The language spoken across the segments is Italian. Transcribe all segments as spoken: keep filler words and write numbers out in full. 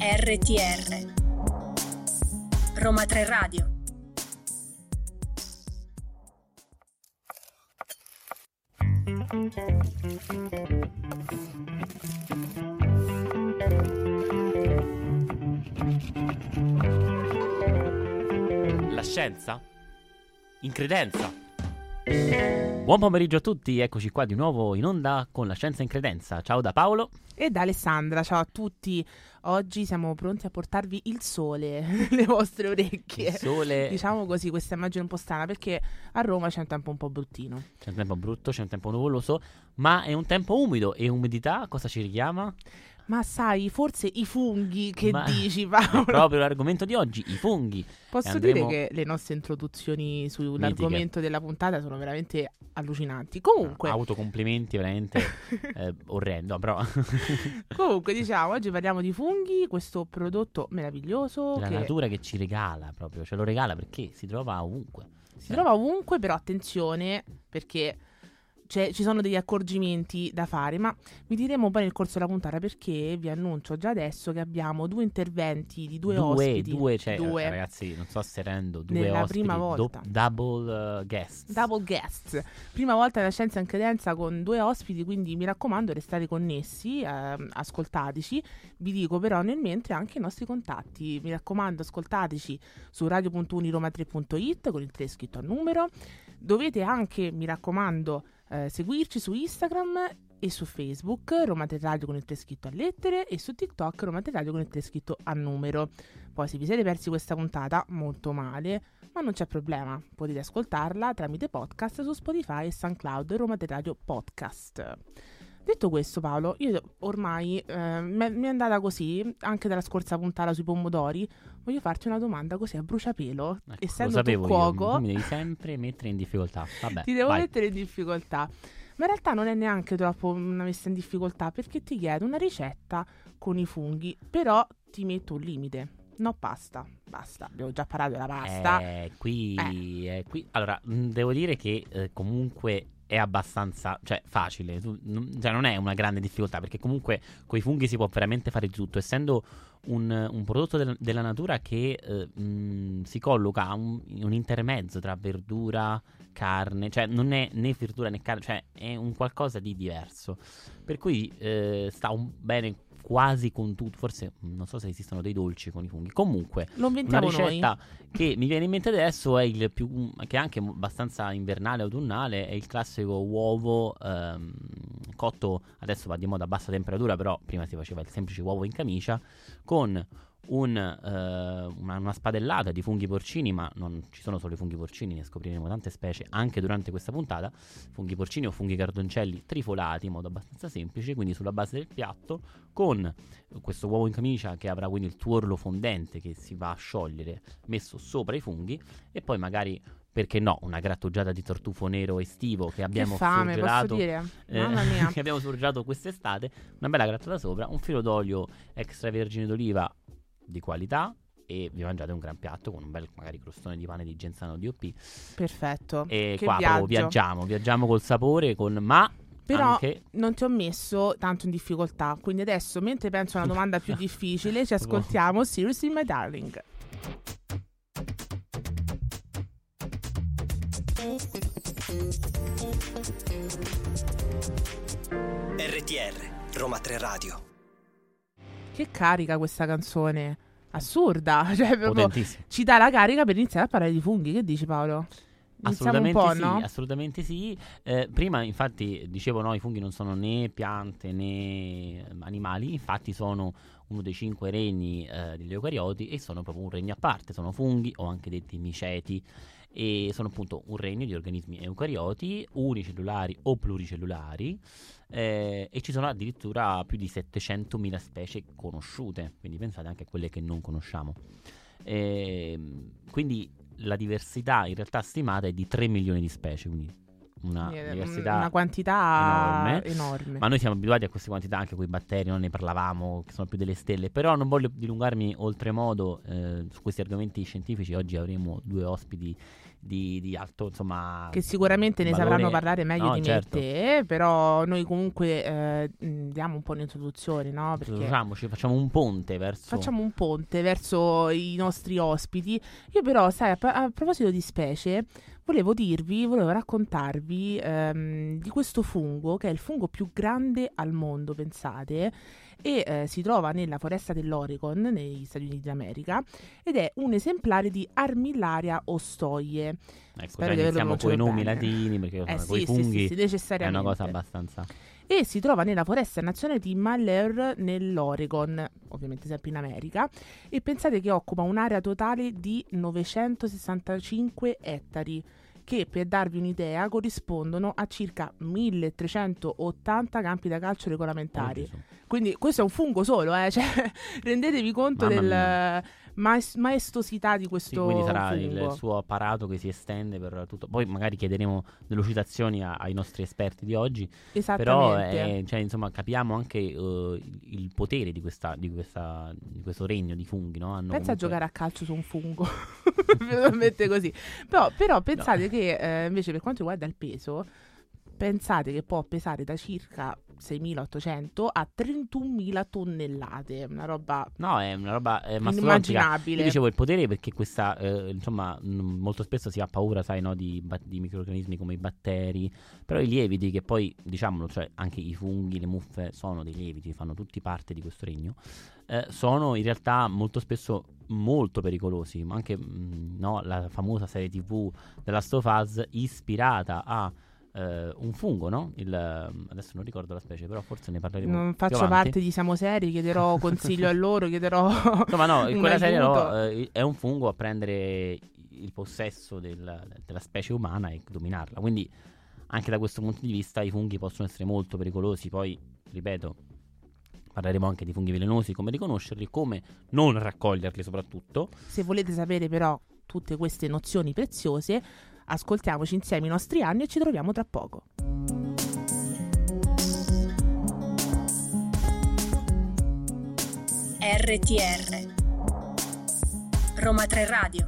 R T R Roma tre Radio. La scienza? In credenza? Buon pomeriggio a tutti, eccoci qua di nuovo in onda con La Scienza in Credenza. Ciao da Paolo e da Alessandra, ciao a tutti. Oggi siamo pronti a portarvi il sole nelle vostre orecchie. Il sole. Diciamo così, questa immagine un po' strana perché a Roma c'è un tempo un po' bruttino. C'è un tempo brutto, c'è un tempo nuvoloso, ma è un tempo umido e umidità cosa ci richiama? Ma sai, forse i funghi, che Ma dici Paolo? È proprio l'argomento di oggi, i funghi. Posso andremo... dire che le nostre introduzioni sull'argomento della puntata sono veramente allucinanti. Comunque no, autocomplimenti veramente eh, orrendo, però comunque diciamo, oggi parliamo di funghi, questo prodotto meraviglioso la che... natura che ci regala proprio, ce lo regala perché si trova ovunque. Si eh. trova ovunque, però attenzione perché... Cioè, ci sono degli accorgimenti da fare, ma vi diremo poi nel corso della puntata, perché vi annuncio già adesso che abbiamo due interventi di due, due ospiti. Due, cioè, due. Ragazzi, non so se rendo due nella ospiti, prima volta. Do- double uh, guests. Double guests. Prima volta nella Scienza in Credenza con due ospiti, quindi mi raccomando restate connessi, eh, ascoltateci. Vi dico però nel mentre anche i nostri contatti. Mi raccomando, ascoltateci su radio punto uniroma tre punto it con il tre scritto a numero. Dovete anche, mi raccomando, Eh, seguirci su Instagram e su Facebook Roma tre Radio con il tre scritto a lettere e su TikTok Roma tre Radio con il tre scritto a numero. Poi se vi siete persi questa puntata, molto male, ma non c'è problema, potete ascoltarla tramite podcast su Spotify e SoundCloud Roma tre Radio Podcast. Detto questo, Paolo, io ormai eh, mi è andata così, anche dalla scorsa puntata sui pomodori. Voglio farti una domanda così a bruciapelo, ecco, essendo tu cuoco. Io, tu mi devi sempre mettere in difficoltà. Vabbè, ti devo vai. mettere in difficoltà. Ma in realtà non è neanche troppo una messa in difficoltà, perché ti chiedo una ricetta con i funghi, però ti metto un limite. No pasta, basta, abbiamo già parlato della pasta. Eh, qui, eh. Eh, qui. Allora, mh, devo dire che eh, comunque è abbastanza, cioè, facile, tu, n- cioè non è una grande difficoltà, perché comunque con i funghi si può veramente fare di tutto, essendo un, un prodotto del, della natura che eh, mh, si colloca a un, un intermezzo tra verdura, carne, cioè non è né verdura né carne, cioè è un qualcosa di diverso, per cui eh, sta un bene quasi con tutto. Forse non so se esistono dei dolci con i funghi. Comunque lo una ricetta noi. che mi viene in mente adesso è il più, che è anche abbastanza invernale, autunnale, è il classico uovo ehm, cotto, adesso va di moda a bassa temperatura, però prima si faceva il semplice uovo in camicia con un, eh, una, una spadellata di funghi porcini, ma non ci sono solo i funghi porcini, ne scopriremo tante specie anche durante questa puntata. Funghi porcini o funghi cardoncelli trifolati in modo abbastanza semplice, quindi sulla base del piatto, con questo uovo in camicia che avrà quindi il tuorlo fondente che si va a sciogliere messo sopra i funghi, e poi magari, perché no, una grattugiata di tartufo nero estivo che abbiamo che fame, surgelato, posso dire? eh, Mamma mia. che abbiamo surgelato quest'estate, una bella grattata sopra, un filo d'olio extravergine d'oliva di qualità, e vi mangiate un gran piatto con un bel magari crostone di pane di Genzano D O P. Perfetto. E che qua viaggio. proprio viaggiamo, viaggiamo col sapore, con ma però anche... non ti ho messo tanto in difficoltà, quindi adesso mentre penso a una domanda più difficile ci ascoltiamo Seriously My Darling. R T R Roma tre Radio. Che carica questa canzone, assurda, cioè proprio potentissimo. Ci dà la carica per iniziare a parlare di funghi. Che dici, Paolo? Iniziamo Assolutamente un po', sì, no? assolutamente sì. Eh, prima infatti dicevo, no, i funghi non sono né piante né animali, infatti sono uno dei cinque regni eh, degli eucarioti, e sono proprio un regno a parte, sono funghi o anche detti miceti, e sono appunto un regno di organismi eucarioti unicellulari o pluricellulari, eh, e ci sono addirittura più di settecentomila specie conosciute, quindi pensate anche a quelle che non conosciamo. Eh, quindi la diversità in realtà stimata è di tre milioni di specie, quindi una Eh, diversità una quantità enorme. enorme. Ma noi siamo abituati a queste quantità anche con i batteri, non ne parlavamo, che sono più delle stelle. Però non voglio dilungarmi oltremodo eh, su questi argomenti scientifici. Oggi avremo due ospiti di, di alto, insomma, che sicuramente ne valore... sapranno parlare meglio no, di certo. me e te, però noi comunque eh, diamo un po' un'introduzione, no? Perché Facciamoci, facciamo un ponte verso... Facciamo un ponte verso i nostri ospiti. Io però, sai, a, a proposito di specie, volevo dirvi, volevo raccontarvi ehm, di questo fungo, che è il fungo più grande al mondo, pensate, e eh, si trova nella foresta dell'Oregon, negli Stati Uniti d'America, ed è un esemplare di Armillaria ostoie. Ecco, Spero cioè di averlo iniziamo con i pronunciato nomi bene. latini, perché Eh con i sì, sì, funghi sì, sì, è necessariamente. una cosa abbastanza... E si trova nella foresta nazionale di Malheur nell'Oregon, ovviamente sempre in America, e pensate che occupa un'area totale di novecentosessantacinque ettari, che per darvi un'idea corrispondono a circa milletrecentottanta campi da calcio regolamentari. Oh, Quindi questo è un fungo solo, eh? Cioè, rendetevi conto Mamma del mia. maes- maestosità di questo Sì, quindi sarà fungo. il suo apparato che si estende per tutto. Poi magari chiederemo delle citazioni a- ai nostri esperti di oggi. Però Esattamente. è- cioè, insomma, capiamo anche eh, il, il potere di, questa, di, questa, di questo regno di funghi, no? Hanno Pensa a comunque... giocare a calcio su un fungo, veramente così. Però, però pensate No. che eh, invece per quanto riguarda il peso, pensate che può pesare da circa seimilaottocento a trentunomila tonnellate, una roba No, è una roba eh, mastodontica. inimmaginabile. Io dicevo il potere perché questa, eh, insomma, mh, molto spesso si ha paura, sai, no, di, ba- di microrganismi come i batteri, però i lieviti, che poi, diciamolo, cioè anche i funghi, le muffe sono dei lieviti, fanno tutti parte di questo regno, eh, sono in realtà molto spesso molto pericolosi, ma anche mh, no, la famosa serie tivù della Last of Us ispirata a Uh, un fungo, no? Il, uh, adesso non ricordo la specie, però forse ne parleremo Non più faccio avanti. parte di Siamo Seri, chiederò consiglio a loro, chiederò Insomma, no, in un quella serie no, aiuto. eh, è un fungo a prendere il possesso del- della specie umana e dominarla. Quindi, anche da questo punto di vista, i funghi possono essere molto pericolosi. Poi, ripeto, parleremo anche di funghi velenosi, come riconoscerli, come non raccoglierli soprattutto. Se volete sapere però tutte queste nozioni preziose, ascoltiamoci insieme i nostri anni e ci troviamo tra poco. R T R Roma tre Radio.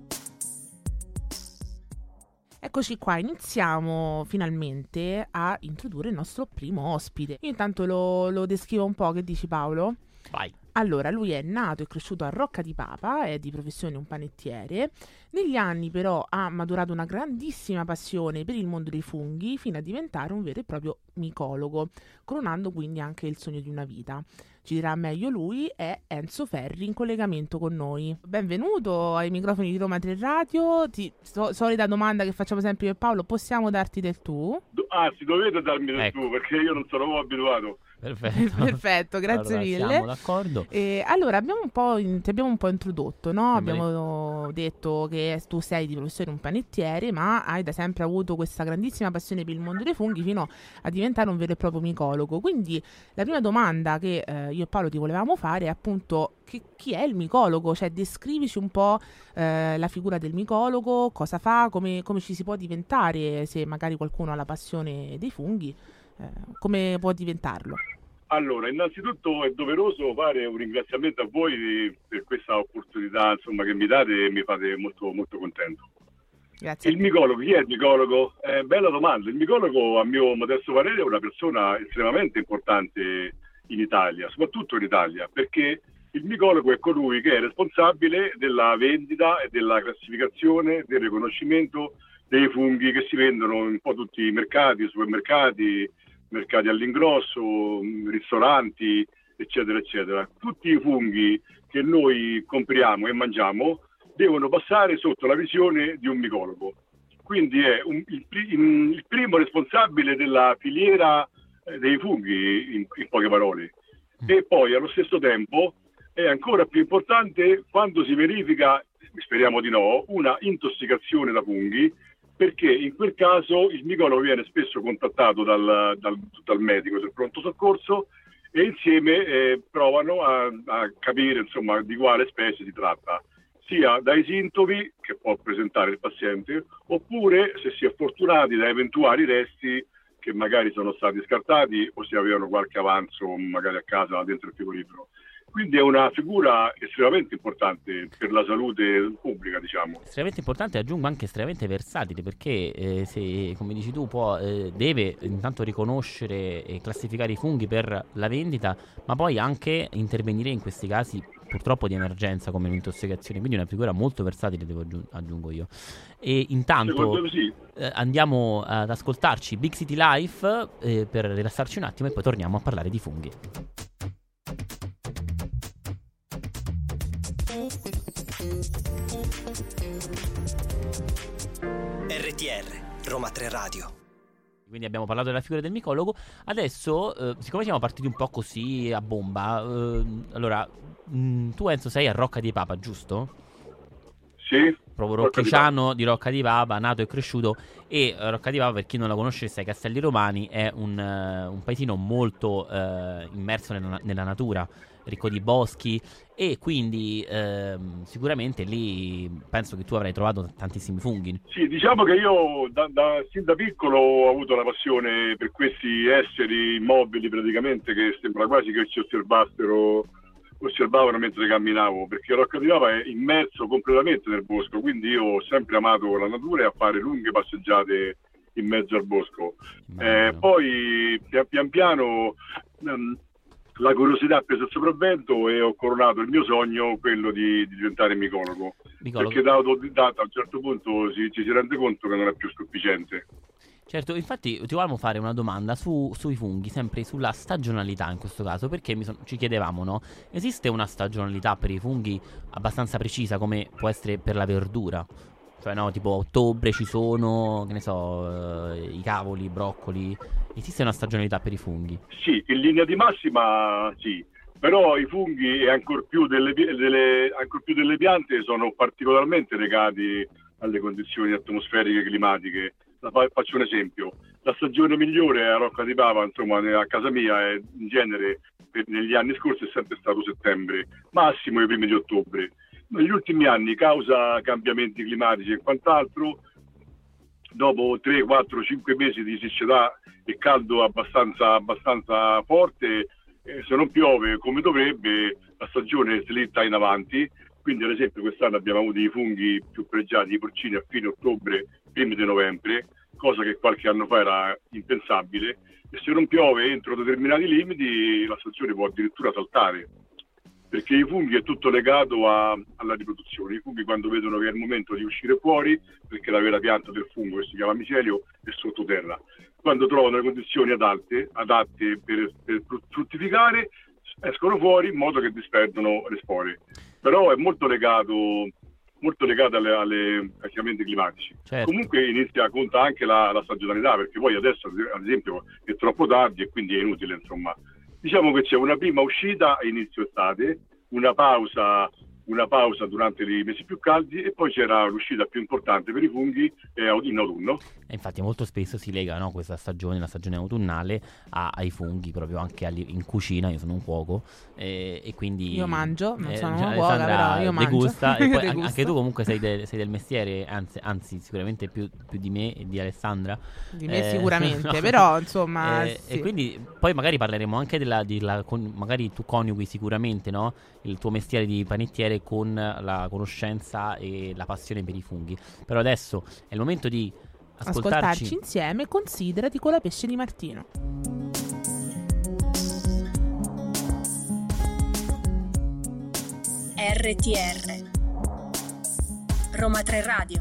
Eccoci qua, iniziamo finalmente a introdurre il nostro primo ospite. Io intanto lo, lo descrivo un po', che dici Paolo? Vai. Allora, lui è nato e cresciuto a Rocca di Papa, è di professione un panettiere. Negli anni però ha maturato una grandissima passione per il mondo dei funghi fino a diventare un vero e proprio micologo, coronando quindi anche il sogno di una vita. Ci dirà meglio lui, è Enzo Ferri in collegamento con noi. Benvenuto ai microfoni di Roma tre Radio. Ti, so- solita domanda che facciamo sempre io e Paolo, possiamo darti del tu? Anzi, dovete darmi del Ecco. tu, perché io non sono proprio abituato. Perfetto. Perfetto, grazie Allora, mille. siamo d'accordo. E allora abbiamo un po' in- ti abbiamo un po' introdotto, no? Va Abbiamo detto che tu sei di professione un panettiere, ma hai da sempre avuto questa grandissima passione per il mondo dei funghi fino a diventare un vero e proprio micologo. Quindi la prima domanda che eh, io e Paolo ti volevamo fare è appunto che- chi è il micologo? Cioè descrivici un po' eh, la figura del micologo, cosa fa, come, come ci si può diventare, se magari qualcuno ha la passione dei funghi, eh, come può diventarlo? Allora, innanzitutto è doveroso fare un ringraziamento a voi di- per questa opportunità, insomma, che mi date e mi fate molto, molto contento. Grazie. Il micologo, chi è il micologo? Eh, bella domanda. Il micologo, a mio modesto parere, è una persona estremamente importante in Italia, soprattutto in Italia, perché il micologo è colui che è responsabile della vendita e della classificazione, del riconoscimento dei funghi che si vendono in un po' tutti i mercati, supermercati, mercati all'ingrosso, mh, ristoranti, eccetera, eccetera. Tutti i funghi che noi compriamo e mangiamo devono passare sotto la visione di un micologo. Quindi è un- il, pri- in- il primo responsabile della filiera eh, dei funghi, in, in poche parole. E poi allo stesso tempo è ancora più importante quando si verifica, speriamo di no, una intossicazione da funghi, perché in quel caso il micologo viene spesso contattato dal, dal, dal medico del pronto soccorso e insieme eh, provano a, a capire, insomma, di quale specie si tratta, sia dai sintomi che può presentare il paziente, oppure, se si è fortunati, da eventuali resti che magari sono stati scartati o si avevano qualche avanzo magari a casa dentro il frigorifero. quindi è una figura estremamente importante per la salute pubblica, diciamo. Estremamente importante, aggiungo anche estremamente versatile, perché eh, se, come dici tu, può, eh, deve intanto riconoscere e classificare i funghi per la vendita, ma poi anche intervenire in questi casi purtroppo di emergenza come l'intossicazione, quindi una figura molto versatile, devo aggiung- aggiungo io. E intanto Sì. eh, andiamo ad ascoltarci Big City Life eh, per rilassarci un attimo e poi torniamo a parlare di funghi. R T R, Roma tre Radio. Quindi abbiamo parlato della figura del micologo. Adesso, eh, siccome siamo partiti un po' così a bomba, eh, allora, mh, tu Enzo sei a Rocca di Papa, giusto? Sì. Proprio rocchiciano di Rocca di Papa, nato e cresciuto. E eh, Rocca di Papa, per chi non la conoscesse, ai Castelli Romani, è un, uh, un paesino molto uh, immerso nella, nella natura, ricco di boschi, e quindi ehm, sicuramente lì penso che tu avrai trovato tantissimi funghi. Sì, diciamo che io da, da, sin da piccolo ho avuto la passione per questi esseri immobili praticamente, che sembra quasi che ci osservassero, osservavano mentre camminavo, perché Rocca di Papa è immerso completamente nel bosco, quindi io ho sempre amato la natura e a fare lunghe passeggiate in mezzo al bosco. Eh, poi pian, pian piano um, la curiosità ha preso il sopravvento e ho coronato il mio sogno, quello di, di diventare micologo, micologo. Perché da autodidatta a un certo punto si, ci si rende conto che non è più sufficiente. Certo, infatti ti volevamo fare una domanda su, sui funghi, sempre sulla stagionalità in questo caso, perché mi son, ci chiedevamo, no? Esiste una stagionalità per i funghi abbastanza precisa come può essere per la verdura? Cioè no, tipo ottobre ci sono, che ne so, eh, i cavoli, i broccoli. Esiste una stagionalità per i funghi? Sì, in linea di massima sì, però i funghi e ancor più delle, delle, ancor più delle piante sono particolarmente legati alle condizioni atmosferiche e climatiche. La, faccio un esempio, la stagione migliore a Rocca di Papa, insomma a casa mia, è in genere per, negli anni scorsi è sempre stato settembre, massimo i primi di ottobre. Negli ultimi anni, causa cambiamenti climatici e quant'altro, dopo tre, quattro, cinque mesi di siccità e caldo abbastanza, abbastanza forte, eh, se non piove come dovrebbe, la stagione slitta in avanti. Quindi ad esempio quest'anno abbiamo avuto i funghi più pregiati, i porcini, a fine ottobre, primi di novembre, cosa che qualche anno fa era impensabile, e se non piove entro determinati limiti la stagione può addirittura saltare, perché i funghi è tutto legato a, alla riproduzione. I funghi, quando vedono che è il momento di uscire fuori, perché la vera pianta del fungo, che si chiama micelio, è sottoterra, quando trovano le condizioni adatte, adatte per, per fruttificare, escono fuori in modo che disperdono le spore. Però è molto legato molto legato alle, alle, ai cambiamenti climatici. Certo. Comunque inizia, conta anche la, la stagionalità, perché poi adesso ad esempio è troppo tardi e quindi è inutile, insomma. Diciamo che c'è una prima uscita a inizio estate, una pausa, una pausa durante i mesi più caldi, e poi c'era l'uscita più importante per i funghi in autunno. E infatti molto spesso si lega, no, questa stagione, la stagione autunnale, a, ai funghi, proprio anche alli, in cucina. Io sono un cuoco e, e quindi io mangio, non eh, sono una cuoca, però io mangio. Degusta, e poi degusta. Anche tu comunque sei, de, sei del mestiere, anzi, anzi sicuramente più, più di me e di Alessandra. Di me eh, sicuramente, no. però insomma eh, sì. E quindi poi magari parleremo anche della, della con, magari tu coniughi sicuramente, no, il tuo mestiere di panettiere con la conoscenza e la passione per i funghi. Però adesso è il momento di ascoltarci, ascoltarci insieme Considerati con la Pesce di Martino. R T R Roma tre Radio.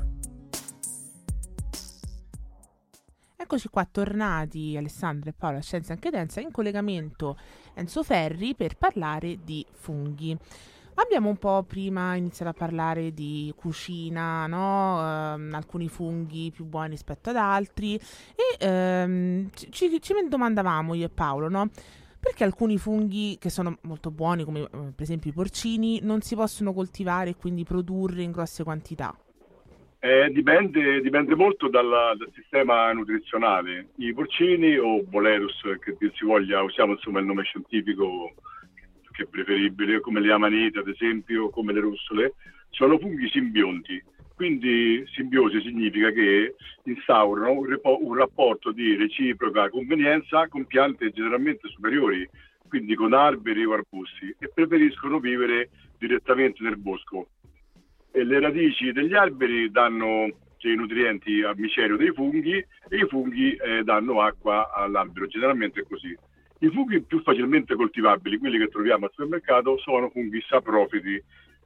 Eccoci qua tornati Alessandra e Paola, Scienza e Credenza, in collegamento Enzo Ferri per parlare di funghi. Abbiamo un po' prima iniziato a parlare di cucina, no? Ehm, alcuni funghi più buoni rispetto ad altri, e ehm, ci, ci domandavamo io e Paolo, no? Perché alcuni funghi che sono molto buoni, come eh, per esempio i porcini, non si possono coltivare e quindi produrre in grosse quantità? Eh, dipende, dipende molto dalla, dal sistema nutrizionale. I porcini o Bolerus, che dir si voglia, usiamo insomma il nome scientifico che è preferibile, come le amanite ad esempio, come le russole, sono funghi simbionti. Quindi simbiosi significa che instaurano un, repo- un rapporto di reciproca convenienza con piante generalmente superiori quindi con alberi o arbusti, e preferiscono vivere direttamente nel bosco. E le radici degli alberi danno dei nutrienti al micelio dei funghi e i funghi eh, danno acqua all'albero, generalmente è così. I funghi più facilmente coltivabili, quelli che troviamo al supermercato, sono funghi saprofiti,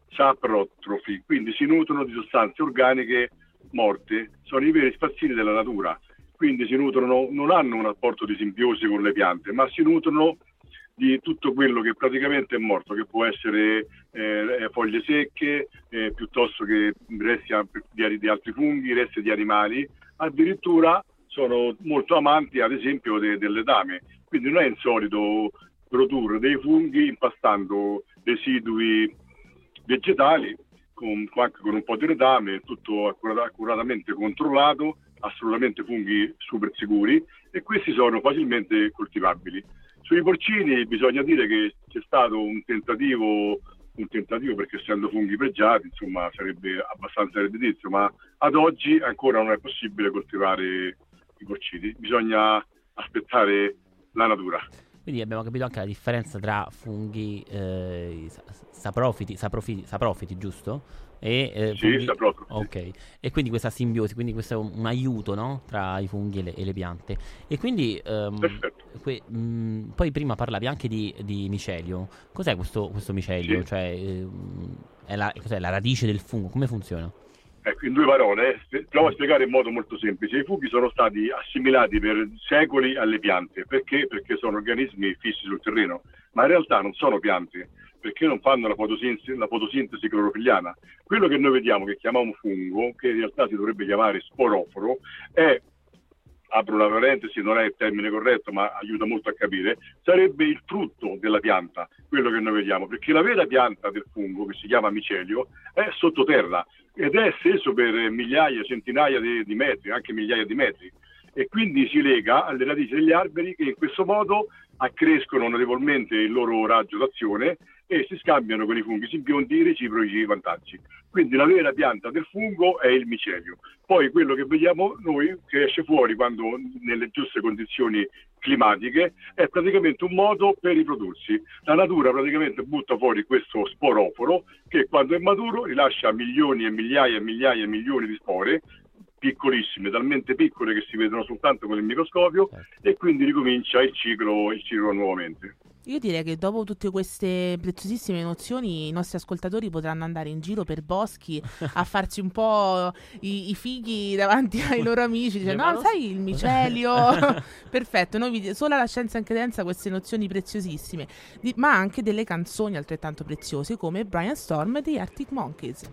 saprotrofi, quindi si nutrono di sostanze organiche morte, sono i veri spazzini della natura, quindi si nutrono, non hanno un rapporto di simbiosi con le piante, ma si nutrono di tutto quello che praticamente è morto, che può essere eh, foglie secche, eh, piuttosto che resti di, di altri funghi, resti di animali, addirittura sono molto amanti ad esempio de, del letame, quindi non è insolito produrre dei funghi impastando residui vegetali, con, anche con un po' di letame, tutto accurat- accuratamente controllato, assolutamente funghi super sicuri, e questi sono facilmente coltivabili. Sui porcini bisogna dire che c'è stato un tentativo, un tentativo perché essendo funghi pregiati, insomma, sarebbe abbastanza redditizio, ma ad oggi ancora non è possibile coltivare i porcini, bisogna aspettare la natura. Quindi abbiamo capito anche la differenza tra funghi eh, saprofiti, saprofiti, saprofiti, giusto? E, eh, sì, funghi... saprofiti. Ok, e quindi questa simbiosi, quindi questo è un, un aiuto, no? Tra i funghi e le, e le piante. E quindi um, que, mh, poi prima parlavi anche di, di micelio. Cos'è questo, questo micelio? Sì. Cioè, eh, è, la, cos'è la radice del fungo? Come funziona? Ecco, in due parole, eh, provo a spiegare in modo molto semplice. I funghi sono stati assimilati per secoli alle piante. Perché? Perché sono organismi fissi sul terreno, ma in realtà non sono piante, perché non fanno la fotosintesi, la fotosintesi clorofilliana. Quello che noi vediamo, che chiamiamo fungo, che in realtà si dovrebbe chiamare sporoforo, è, apro una parentesi, non è il termine corretto, ma aiuta molto a capire, sarebbe il frutto della pianta, quello che noi vediamo, perché la vera pianta del fungo, che si chiama micelio, è sottoterra ed è esteso per migliaia, centinaia di, di metri, anche migliaia di metri, e quindi si lega alle radici degli alberi che in questo modo accrescono notevolmente il loro raggio d'azione e si scambiano con i funghi simbionti i reciproci vantaggi. Quindi la vera pianta del fungo è il micelio. Poi quello che vediamo noi, che esce fuori quando nelle giuste condizioni climatiche, è praticamente un modo per riprodursi. La natura praticamente butta fuori questo sporoforo che quando è maturo rilascia milioni e migliaia e migliaia e milioni di spore, piccolissime, talmente piccole che si vedono soltanto con il microscopio, certo. E quindi ricomincia il ciclo, il ciclo nuovamente. Io direi che dopo tutte queste preziosissime nozioni i nostri ascoltatori potranno andare in giro per boschi a farsi un po' i, i fighi davanti ai loro amici, dicendo no, sai il micelio. Perfetto, noi vi, solo alla Scienza in Credenza queste nozioni preziosissime, di, ma anche delle canzoni altrettanto preziose come Brian Storm degli Arctic Monkeys.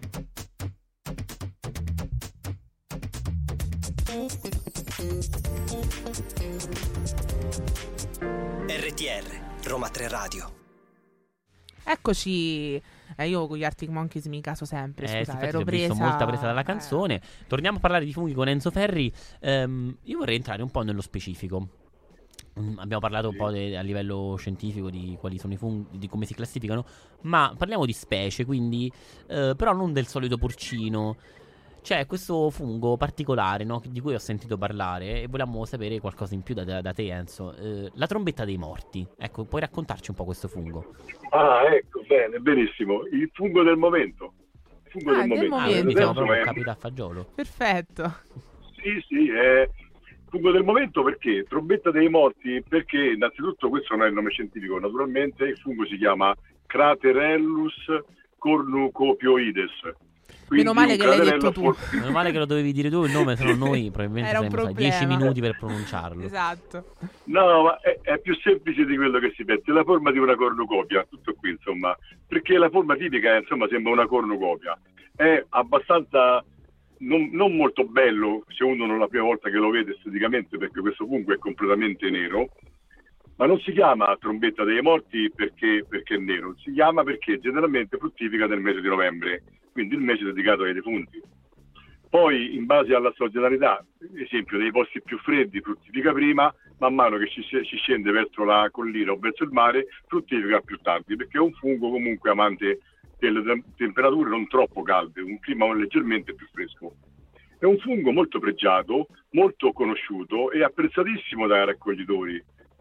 R T R Roma tre Radio. Eccoci, eh, io con gli Arctic Monkeys mi caso sempre, eh, scusate, sì, ero ho presa... visto molta presa dalla canzone. Eh. Torniamo a parlare di funghi con Enzo Ferri. ehm, Io vorrei entrare un po' nello specifico. Mm, abbiamo parlato un po' de- a livello scientifico di quali sono i funghi, di come si classificano, ma parliamo di specie, quindi eh, però non del solito porcino. C'è questo fungo particolare, no, di cui ho sentito parlare e volevamo sapere qualcosa in più da, da, da te, Enzo. Eh, la trombetta dei morti. Ecco, puoi raccontarci un po' questo fungo? Ah, ecco, bene, benissimo. Il fungo del momento. Il fungo Ah, del del momento. Ah, momento. quindi siamo Adesso proprio è- capita a fagiolo. Perfetto. Sì, sì, è il fungo del momento perché trombetta dei morti, perché innanzitutto questo non è il nome scientifico, naturalmente il fungo si chiama Craterellus cornucopioides. Quindi Meno male un che l'hai craterello detto tu. for- Meno male che lo dovevi dire tu il nome, se no noi probabilmente Era un saremmo stati problema. dieci minuti per pronunciarlo. Esatto. No, ma è, è più semplice di quello che si pensa, è la forma di una cornucopia, tutto qui insomma, perché la forma tipica è, insomma, sembra una cornucopia, è abbastanza non, non molto bello se uno non è la prima volta che lo vede esteticamente, perché questo fungo è completamente nero, ma non si chiama trombetta dei morti perché, perché è nero, si chiama perché generalmente fruttifica nel mese di novembre, quindi il mese dedicato ai defunti. Poi in base alla stagionalità, ad esempio nei posti più freddi fruttifica prima, man mano che ci, ci scende verso la collina o verso il mare fruttifica più tardi, perché è un fungo comunque amante delle tem- temperature non troppo calde, un clima leggermente più fresco. È un fungo molto pregiato, molto conosciuto e apprezzatissimo dai raccoglitori.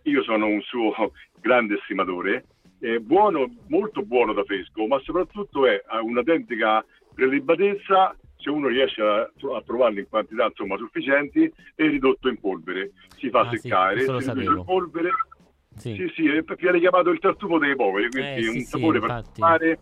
io sono un suo grande estimatore, è buono, molto buono da fresco, ma soprattutto è a un'autentica prelibatezza se uno riesce a, a trovarlo in quantità insomma sufficienti, e ridotto in polvere. Si fa Ah, sì, seccare, questo lo si riduce sapevo. in polvere. Sì. Sì, sì, è- viene chiamato il tartufo dei poveri, quindi Eh, è sì, un sì, sapore infatti. particolare,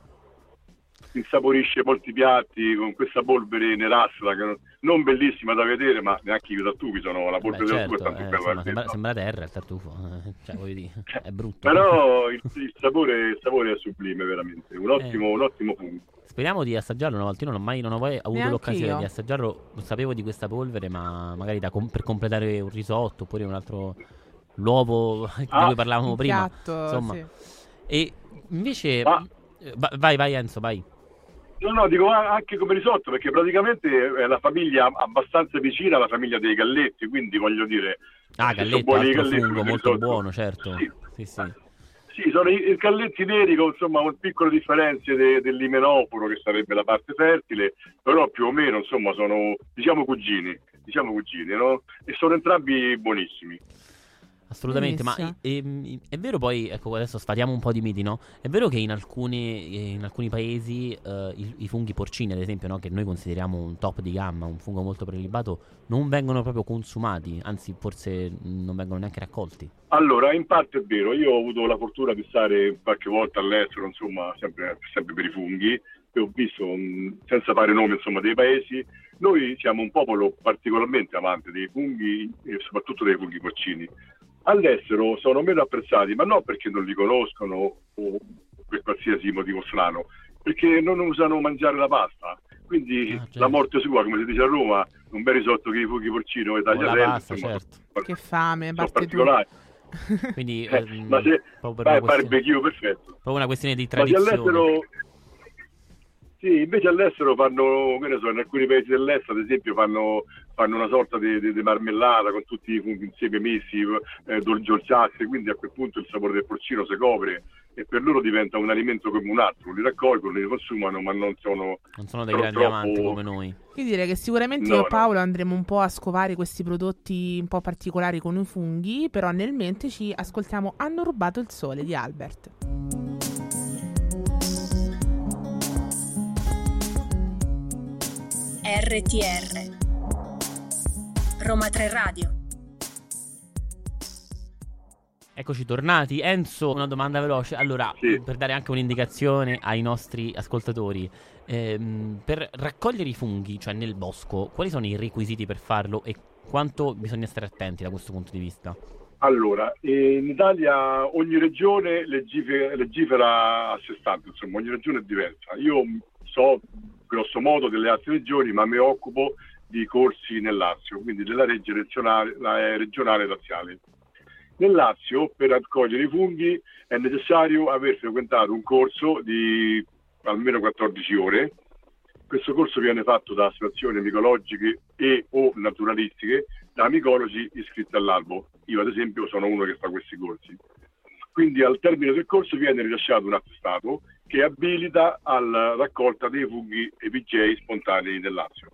insaporisce molti piatti con questa polvere nerastra che non, non bellissima da vedere, ma neanche i tartufi sono la Beh, polvere del tartufo, è certo, tanto eh, bello insomma, da sembra, vedere, no? sembra terra il tartufo, eh, cioè voglio dire, è brutto. Però il, il sapore, il sapore è sublime, veramente, un ottimo, Eh. un ottimo fungo. Speriamo di assaggiarlo una volta. Io non ho mai, non ho mai avuto Neanche l'occasione io. di assaggiarlo. Sapevo di questa polvere, ma magari da com- per completare un risotto oppure un altro, l'uovo di Ah, cui parlavamo Un prima. piatto, Insomma, sì. e invece, Ah. eh, va- vai, vai Enzo, vai. No, no, dico a- anche come risotto, perché praticamente è la famiglia abbastanza vicina alla famiglia dei galletti, quindi voglio dire... Ah, se sono galletto, buoni i altro galletti, fungo il molto risotto- buono, certo. Sì, Sì, sì. sì, sono i, i galletti neri con insomma un piccolo differenze de- dell'imenoforo, che sarebbe la parte fertile, però più o meno insomma sono, diciamo, cugini, diciamo cugini, no? E sono entrambi buonissimi. Assolutamente, ma Benissimo. ehm, è vero poi, ecco adesso sfatiamo un po' di miti, no? È vero che in alcuni, in alcuni paesi eh, i, i funghi porcini, ad esempio, no? Che noi consideriamo un top di gamma, un fungo molto prelibato, non vengono proprio consumati, anzi forse non vengono neanche raccolti. Allora, in parte è vero, io ho avuto la fortuna di stare qualche volta all'estero, insomma, sempre, sempre per i funghi, e ho visto, mh, senza fare nomi, insomma, dei paesi. Noi siamo un popolo particolarmente amante dei funghi e soprattutto dei funghi porcini. All'estero sono meno apprezzati, ma non perché non li conoscono o per qualsiasi motivo strano, perché non usano mangiare la pasta. Quindi Ah, certo. la morte sua, come si dice a Roma, un bel risotto che i funghi porcini o i O la tagliatelle, pasta, insomma, certo. sono- Che fame, sono parte tu. particolari. Quindi Eh, ehm, ma se proprio per fai una questione, barbecue, perfetto. proprio una questione di Ma se tradizione. all'estero, sì, invece all'estero fanno, che ne so, in alcuni paesi dell'est, ad esempio, fanno, fanno una sorta di, di- di marmellata con tutti i funghi insieme messi, eh, dolciassi, quindi a quel punto il sapore del porcino si copre e per loro diventa un alimento come un altro. Li raccolgono, li consumano, ma non sono... Non sono dei sono grandi troppo- amanti come noi. Io direi che sicuramente No, io e no. Paolo andremo un po' a scovare questi prodotti un po' particolari con i funghi, però nel mente ci ascoltiamo Hanno rubato il sole di Albert. R T R Roma tre Radio. Eccoci tornati. Enzo, una domanda veloce. Allora, Sì. per dare anche un'indicazione ai nostri ascoltatori, ehm, per raccogliere i funghi, cioè nel bosco, quali sono i requisiti per farlo e quanto bisogna stare attenti da questo punto di vista? Allora, eh, in Italia ogni regione legife- legifera a sé stante, insomma, ogni regione è diversa. Io so grosso modo delle altre regioni, ma mi occupo di corsi nel Lazio, quindi della legge regionale, la, eh, regionale laziale. Nel Lazio, per raccogliere i funghi, è necessario aver frequentato un corso di almeno quattordici ore. Questo corso viene fatto da associazioni micologiche e o naturalistiche, da micologi iscritti all'albo. Io, ad esempio, sono uno che fa questi corsi. Quindi al termine del corso viene rilasciato un attestato che abilita alla raccolta dei funghi epigei spontanei nel Lazio.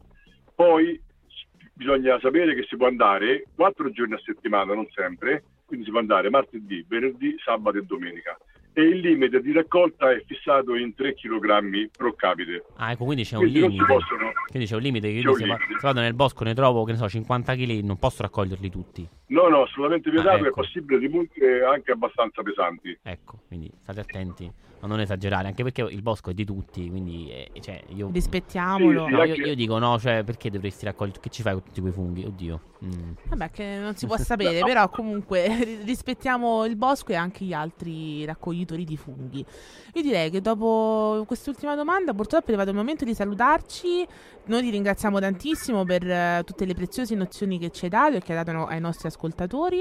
Poi bisogna sapere che si può andare quattro giorni a settimana, non sempre, quindi si può andare martedì, venerdì, sabato e domenica. E il limite di raccolta è fissato in tre chilogrammi pro capite. Ah, ecco, quindi c'è un Quindi non si limite. possono... Quindi c'è un limite che C'è io un se, va- limite. se vado nel bosco ne trovo, che ne so, cinquanta chili, non posso raccoglierli tutti. No, no, assolutamente vietato, Ah, ecco. è possibile di multe anche abbastanza pesanti. Ecco, quindi state attenti a non esagerare, anche perché il bosco è di tutti, quindi eh, cioè, io... Rispettiamolo. Sì, No, io, anche- io dico no, cioè perché dovresti raccogliere? Che ci fai con tutti quei funghi? Oddio. Mm. Vabbè, che non si può sapere, però comunque ri- rispettiamo il bosco e anche gli altri raccoglitori di funghi. Io direi che dopo quest'ultima domanda purtroppo è arrivato il momento di salutarci. Noi ti ringraziamo tantissimo per eh, tutte le preziose nozioni che ci hai dato e che hai dato no- ai nostri ascoltatori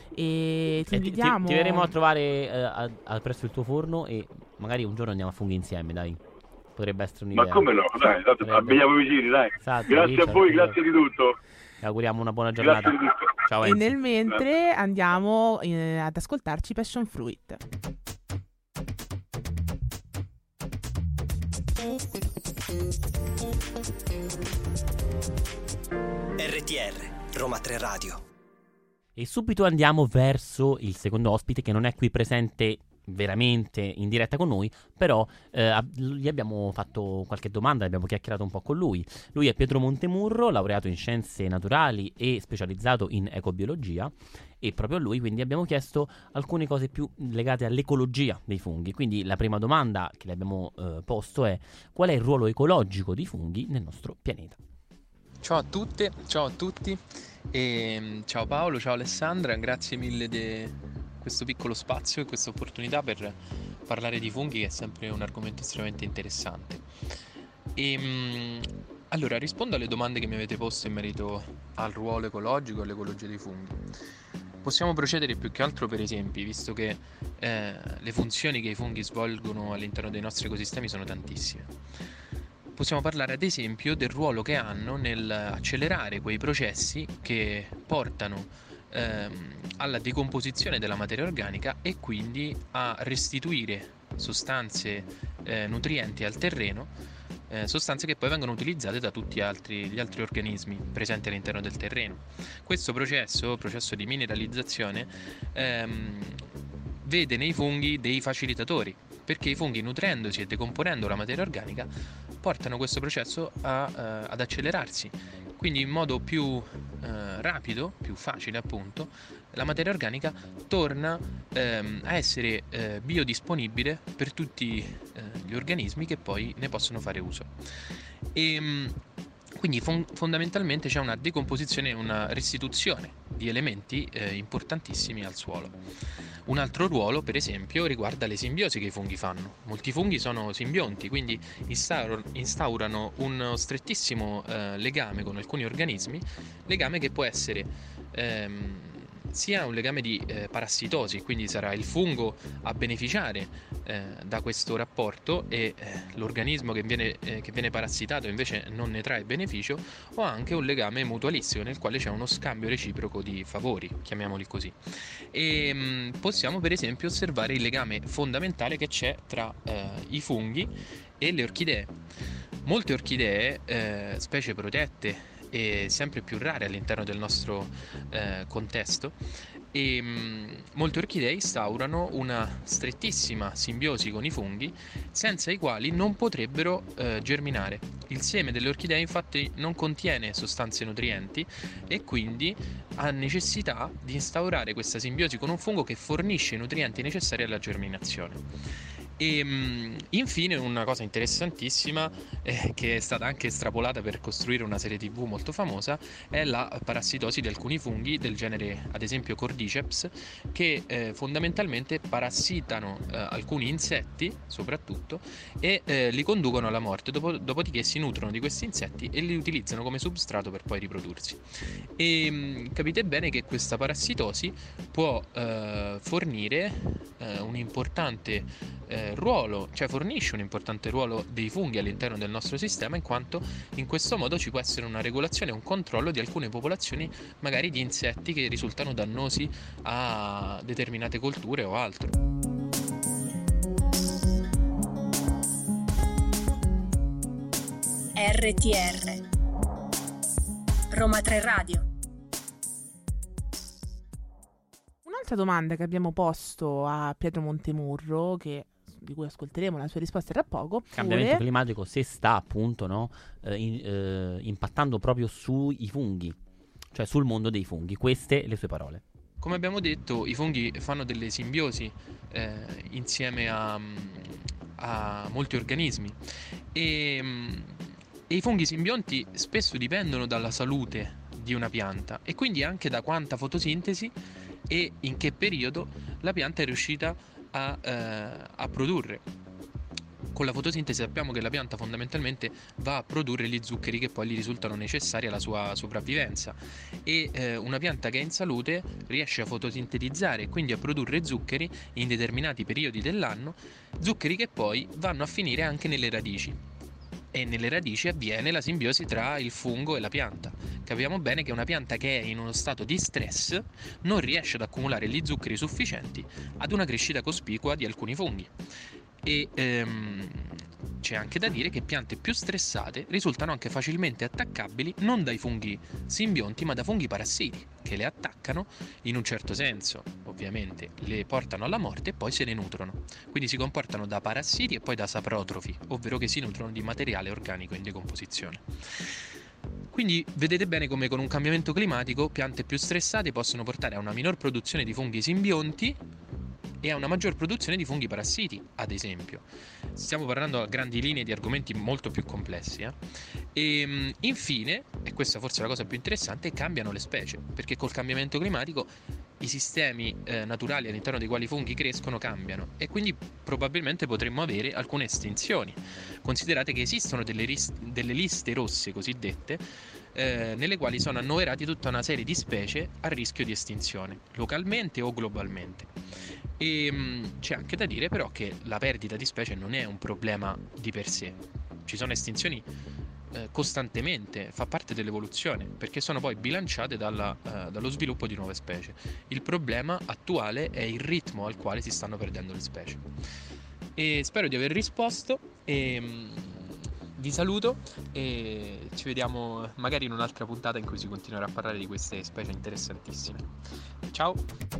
e ti E invitiamo... ti verremo a trovare eh, a- a- presso il tuo forno e magari un giorno andiamo a funghi insieme, dai. Potrebbe essere un'idea. Ma come no? Dai, tanto Potrebbe. abbiamo vicini, dai. Esatto, Grazie a Richard, voi, esatto. grazie di tutto. Ti auguriamo una buona giornata. Grazie di tutto. Ciao E Enzo. nel mentre andiamo eh, ad ascoltarci Passion Fruit. R T R Roma tre Radio. E subito andiamo verso il secondo ospite, che non è qui presente veramente in diretta con noi, però eh, gli abbiamo fatto qualche domanda, abbiamo chiacchierato un po' con lui. Lui è Pietro Montemurro, laureato in scienze naturali e specializzato in ecobiologia, e proprio a lui quindi abbiamo chiesto alcune cose più legate all'ecologia dei funghi. Quindi la prima domanda che le abbiamo eh, posto è: qual è il ruolo ecologico dei funghi nel nostro pianeta? Ciao a tutte, ciao a tutti, e ciao Paolo, ciao Alessandra, grazie mille di questo piccolo spazio e questa opportunità per parlare di funghi, che è sempre un argomento estremamente interessante. E, allora, rispondo alle domande che mi avete posto in merito al ruolo ecologico e all'ecologia dei funghi. Possiamo procedere più che altro per esempi, visto che eh, le funzioni che i funghi svolgono all'interno dei nostri ecosistemi sono tantissime. Possiamo parlare ad esempio del ruolo che hanno nel accelerare quei processi che portano alla decomposizione della materia organica e quindi a restituire sostanze eh, nutrienti al terreno, eh, sostanze che poi vengono utilizzate da tutti gli altri, gli altri organismi presenti all'interno del terreno. Questo processo, processo di mineralizzazione, ehm, vede nei funghi dei facilitatori, perché i funghi, nutrendosi e decomponendo la materia organica, portano questo processo a, uh, ad accelerarsi. Quindi in modo più uh, rapido, più facile appunto, la materia organica torna um, a essere uh, biodisponibile per tutti uh, gli organismi che poi ne possono fare uso. E, um, quindi fon- fondamentalmente c'è una decomposizione e una restituzione di elementi eh, importantissimi al suolo. Un altro ruolo, per esempio, riguarda le simbiosi che i funghi fanno. Molti funghi sono simbionti, quindi instaur- instaurano un strettissimo eh, legame con alcuni organismi, legame che può essere ehm, sia un legame di eh, parassitosi, quindi sarà il fungo a beneficiare eh, da questo rapporto e eh, l'organismo che viene, eh, che viene parassitato invece non ne trae beneficio, o anche un legame mutualistico nel quale c'è uno scambio reciproco di favori, chiamiamoli così. E mh, possiamo per esempio osservare il legame fondamentale che c'è tra eh, i funghi e le orchidee. Molte orchidee, eh, specie protette e sempre più rare all'interno del nostro eh, contesto, e mh, molte orchidee instaurano una strettissima simbiosi con i funghi, senza i quali non potrebbero eh, germinare. Il seme delle orchidee infatti non contiene sostanze nutrienti e quindi ha necessità di instaurare questa simbiosi con un fungo che fornisce i nutrienti necessari alla germinazione. E mh, infine una cosa interessantissima eh, che è stata anche estrapolata per costruire una serie tv molto famosa è la parassitosi di alcuni funghi del genere ad esempio Cordyceps, che eh, fondamentalmente parassitano eh, alcuni insetti soprattutto e eh, li conducono alla morte, dopo, dopodiché si nutrono di questi insetti e li utilizzano come substrato per poi riprodursi. E mh, capite bene che questa parassitosi può eh, fornire eh, un importante Eh, ruolo, cioè fornisce un importante ruolo dei funghi all'interno del nostro sistema, in quanto in questo modo ci può essere una regolazione e un controllo di alcune popolazioni magari di insetti che risultano dannosi a determinate colture o altro. R T R Roma tre Radio. Un'altra domanda che abbiamo posto a Pietro Montemurro, che di cui ascolteremo la sua risposta tra poco. Cambiamento pure... climatico, se sta appunto no, eh, in, eh, impattando proprio sui funghi, cioè sul mondo dei funghi. Queste le sue parole. Come abbiamo detto, i funghi fanno delle simbiosi eh, insieme a, a molti organismi e, e i funghi simbionti spesso dipendono dalla salute di una pianta e quindi anche da quanta fotosintesi e in che periodo la pianta è riuscita A, eh, a produrre. Con la fotosintesi sappiamo che la pianta fondamentalmente va a produrre gli zuccheri che poi gli risultano necessari alla sua sopravvivenza e eh, una pianta che è in salute riesce a fotosintetizzare e quindi a produrre zuccheri in determinati periodi dell'anno, zuccheri che poi vanno a finire anche nelle radici. E nelle radici avviene la simbiosi tra il fungo e la pianta. Capiamo bene che una pianta che è in uno stato di stress non riesce ad accumulare gli zuccheri sufficienti ad una crescita cospicua di alcuni funghi. E ehm, c'è anche da dire che piante più stressate risultano anche facilmente attaccabili non dai funghi simbionti ma da funghi parassiti che le attaccano in un certo senso, ovviamente le portano alla morte e poi se ne nutrono. Quindi si comportano da parassiti e poi da saprotrofi, ovvero che si nutrono di materiale organico in decomposizione. Quindi vedete bene come con un cambiamento climatico piante più stressate possono portare a una minor produzione di funghi simbionti e a una maggior produzione di funghi parassiti, ad esempio. Stiamo parlando a grandi linee di argomenti molto più complessi. Eh? E infine, e questa forse è la cosa più interessante, cambiano le specie, perché col cambiamento climatico i sistemi eh, naturali all'interno dei quali i funghi crescono cambiano e quindi probabilmente potremmo avere alcune estinzioni. Considerate che esistono delle, ris- delle liste rosse cosiddette eh, nelle quali sono annoverati tutta una serie di specie a rischio di estinzione, localmente o globalmente. E mh, c'è anche da dire però che la perdita di specie non è un problema di per sé. Ci sono estinzioni eh, costantemente, fa parte dell'evoluzione, perché sono poi bilanciate dalla, eh, dallo sviluppo di nuove specie. Il problema attuale è il ritmo al quale si stanno perdendo le specie. E spero di aver risposto e mh, vi saluto e ci vediamo magari in un'altra puntata in cui si continuerà a parlare di queste specie interessantissime. Ciao!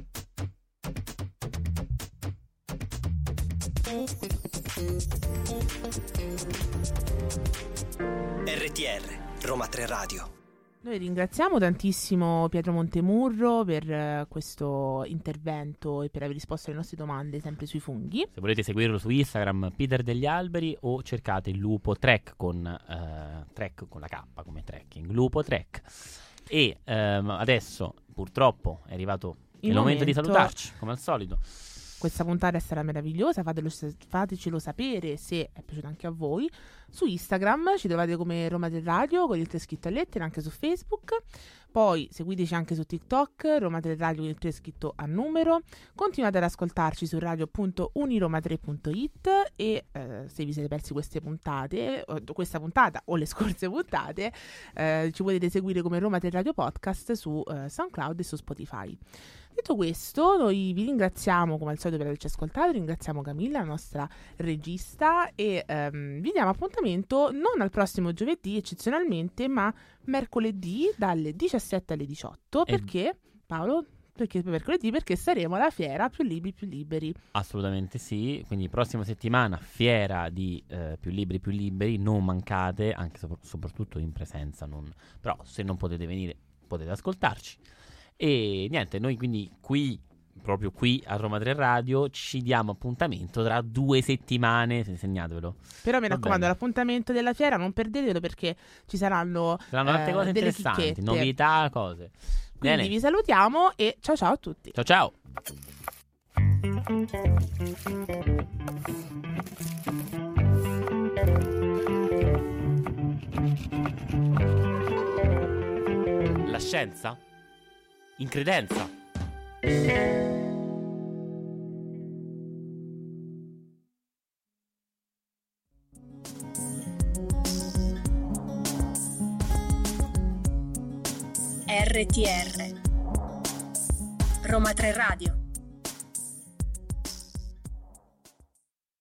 R T R Roma tre Radio. Noi ringraziamo tantissimo Pietro Montemurro per uh, questo intervento e per aver risposto alle nostre domande sempre sui funghi. Se volete seguirlo su Instagram, Peter degli Alberi, o cercate il Lupo Trek con uh, Trek con la K come trekking, Lupo Trek. E um, adesso purtroppo è arrivato il, il momento, momento di salutarci, come al solito. Questa puntata sarà meravigliosa, fatelo, fatecelo sapere se è piaciuta anche a voi. Su Instagram ci trovate come Roma tre Radio con il tre scritto a lettere, anche su Facebook. Poi seguiteci anche su TikTok, Roma tre Radio con il tre scritto a numero. Continuate ad ascoltarci su radio punto uniroma tre punto it e eh, se vi siete persi queste puntate, questa puntata o le scorse puntate, eh, ci potete seguire come Roma tre Radio Podcast su eh, SoundCloud e su Spotify. Detto questo, noi vi ringraziamo come al solito per averci ascoltato, ringraziamo Camilla, la nostra regista, e ehm, vi diamo appuntamento non al prossimo giovedì eccezionalmente, ma mercoledì dalle diciassette alle diciotto, e... perché Paolo? Perché mercoledì? Perché saremo alla fiera Più Libri Più Liberi. Assolutamente sì, quindi prossima settimana fiera di eh, Più Libri Più Liberi, non mancate, anche so- soprattutto in presenza, non... però se non potete venire potete ascoltarci. E niente, noi quindi qui, proprio qui a Roma tre Radio, ci diamo appuntamento tra due settimane, segnatevelo. Però mi raccomando, l'appuntamento della fiera non perdetelo, perché ci saranno, saranno tante eh, cose delle interessanti, chicchette, novità, cose. Quindi Bene. Vi salutiamo e ciao ciao a tutti. Ciao ciao. La scienza in credenza. R T R Roma tre Radio.